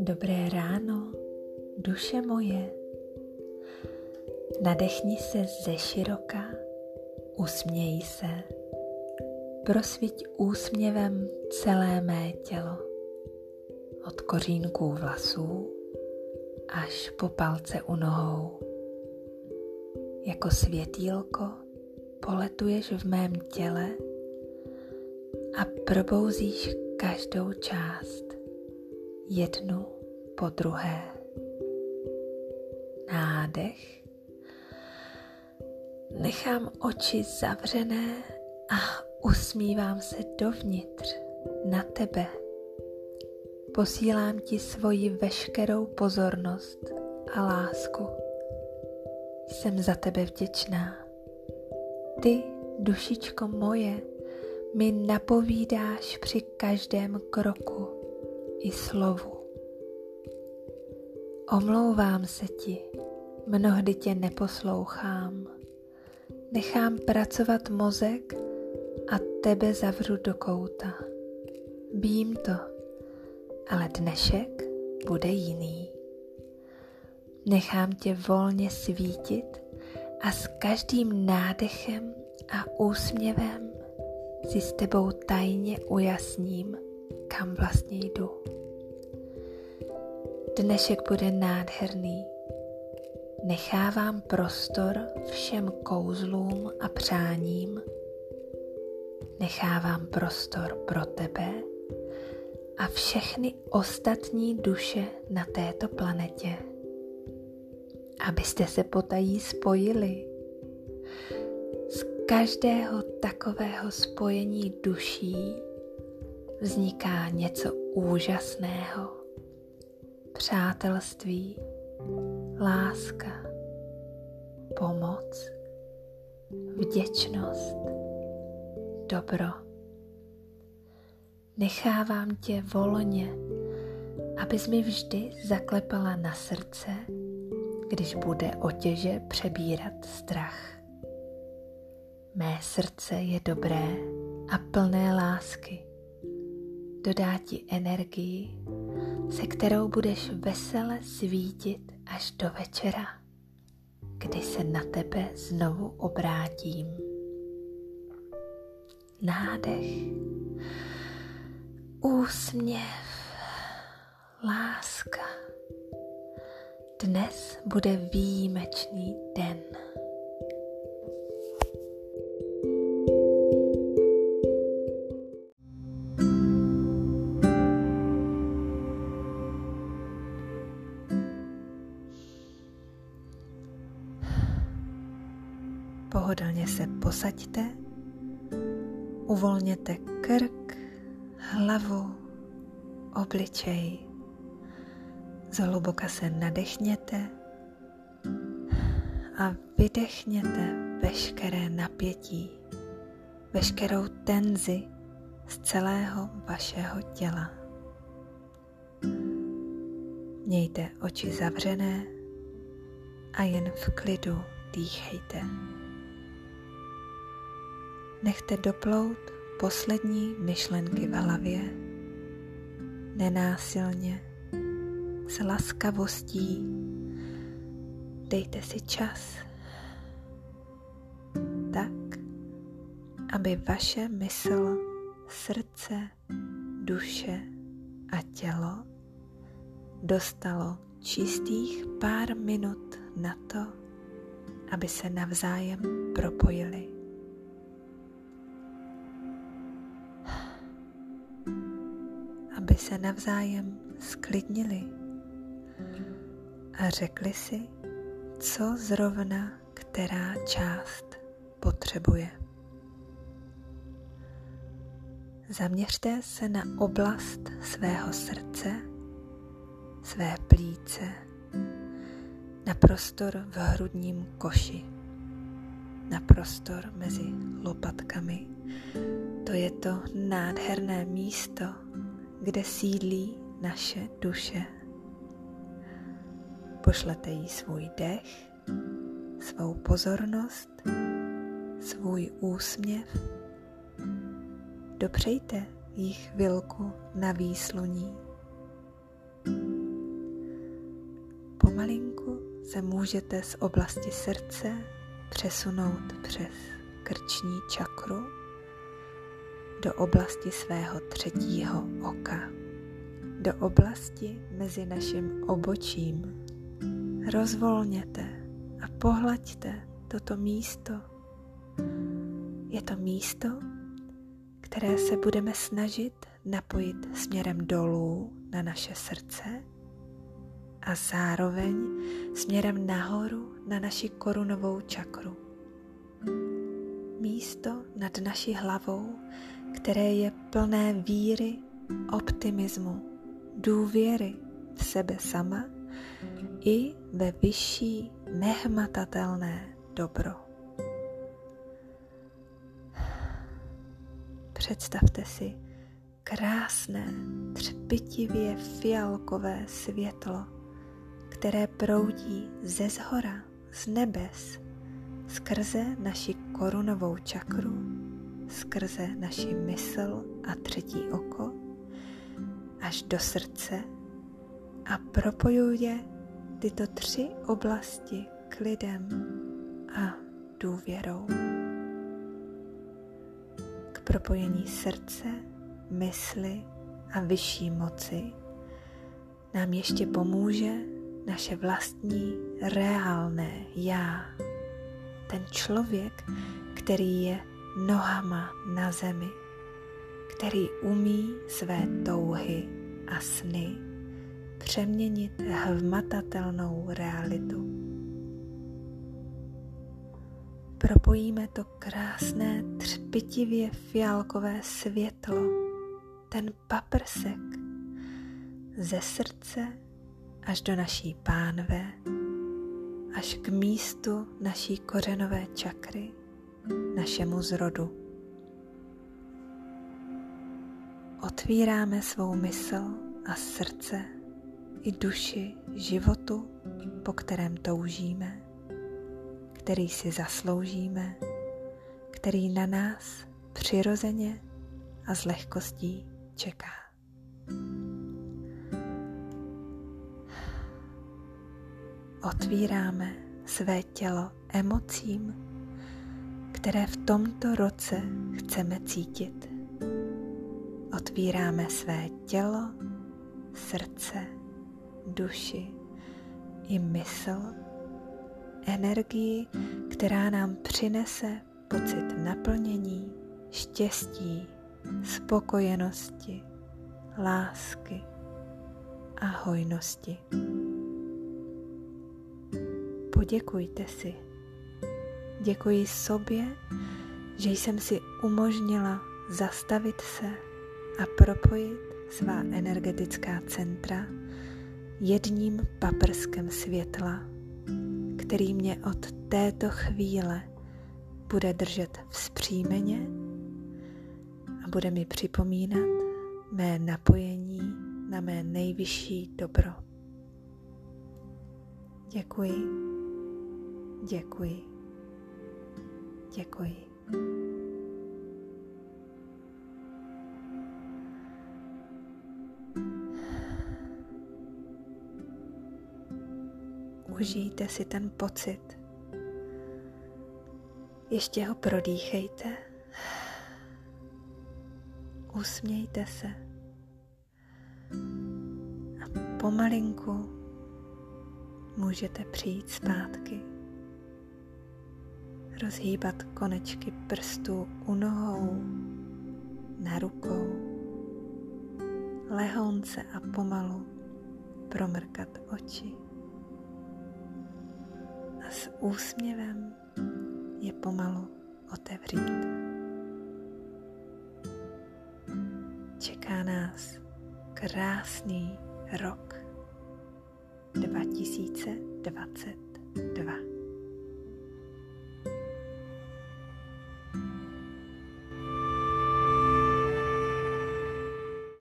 Dobré ráno, duše moje. Nadechni se ze široka, usměj se. Prosviť úsměvem celé mé tělo. Od kořínků vlasů až po palce u nohou. Jako světýlko poletuješ v mém těle a probouzíš každou část, jednu po druhé. Nádech. Nechám oči zavřené a usmívám se dovnitř na tebe. Posílám ti svoji veškerou pozornost a lásku. Jsem za tebe vděčná. Ty, dušičko moje, mi napovídáš při každém kroku i slovu. Omlouvám se ti, mnohdy tě neposlouchám. Nechám pracovat mozek a tebe zavřu do kouta. Vím to, ale dnešek bude jiný. Nechám tě volně svítit a s každým nádechem a úsměvem si s tebou tajně ujasním, kam vlastně jdu. Dnešek bude nádherný. Nechávám prostor všem kouzlům a přáním. Nechávám prostor pro tebe a všechny ostatní duše na této planetě, abyste se potají spojili. Z každého takového spojení duší vzniká něco úžasného. Přátelství, láska, pomoc, vděčnost, dobro. Nechávám tě volně, abys mi vždy zaklepala na srdce, když bude otěže přebírat strach. Mé srdce je dobré a plné lásky. Dodá ti energii, se kterou budeš vesele svítit až do večera, kdy se na tebe znovu obrátím. Nádech, úsměv, láska. Dnes bude výjimečný den. Pohodlně se posaďte, uvolněte krk, hlavu, obličej. Zhluboka se nadechněte a vydechněte veškeré napětí, veškerou tenzi z celého vašeho těla. Mějte oči zavřené a jen v klidu dýchejte. Nechte doplout poslední myšlenky v hlavě, nenásilně, s laskavostí. Dejte si čas, tak, aby vaše mysl, srdce, duše a tělo dostalo čistých pár minut na to, aby se navzájem propojili. Aby se navzájem sklidnili a řekli si, co zrovna která část potřebuje. Zaměřte se na oblast svého srdce, své plíce, na prostor v hrudním koši, na prostor mezi lopatkami. To je to nádherné místo, kde sídlí naše duše. Pošlete jí svůj dech, svou pozornost, svůj úsměv. Dopřejte jí chvilku na výsluní. se můžete z oblasti srdce přesunout přes krční čakru do oblasti svého třetího oka, do oblasti mezi naším obočím. Rozvolněte a pohlaďte toto místo. Je to místo, které se budeme snažit napojit směrem dolů na naše srdce a zároveň směrem nahoru na naši korunovou čakru. Místo nad naší hlavou, které je plné víry, optimismu, důvěry v sebe sama i ve vyšší nehmatatelné dobro. Představte si krásné, třpitivě fialkové světlo, které proudí ze zhora, z nebes, skrze naši korunovou čakru, skrze naši mysl a třetí oko, až do srdce a propojuje tyto 3 oblasti klidem a důvěrou. K propojení srdce, mysli a vyšší moci nám ještě pomůže naše vlastní reálné já. Ten člověk, který je nohama na zemi, který umí své touhy a sny přeměnit v hmatatelnou realitu. Propojíme to krásné, třpitivě fialkové světlo, ten paprsek, ze srdce až do naší pánve, až k místu naší kořenové čakry, našemu zrodu. Otvíráme svou mysl a srdce i duši životu, po kterém toužíme, který si zasloužíme, který na nás přirozeně a s lehkostí čeká. Otvíráme své tělo emocím, které v tomto roce chceme cítit. Otvíráme své tělo, srdce, duši i mysl, energii, která nám přinese pocit naplnění, štěstí, spokojenosti, lásky a hojnosti. Poděkujte si. Děkuji sobě, že jsem si umožnila zastavit se a propojit svá energetická centra jedním paprskem světla, který mě od této chvíle bude držet vzpřímeně a bude mi připomínat mé napojení na mé nejvyšší dobro. Děkuji, děkuji, děkuji. Užijte si ten pocit. Ještě ho prodýchejte. Usmějte se. A pomalinku můžete přijít zpátky. Rozhýbat konečky prstů u nohou, na rukou. Lehonce a pomalu promrkat oči. A s úsměvem je pomalu otevřít. Čeká nás krásný rok 2022.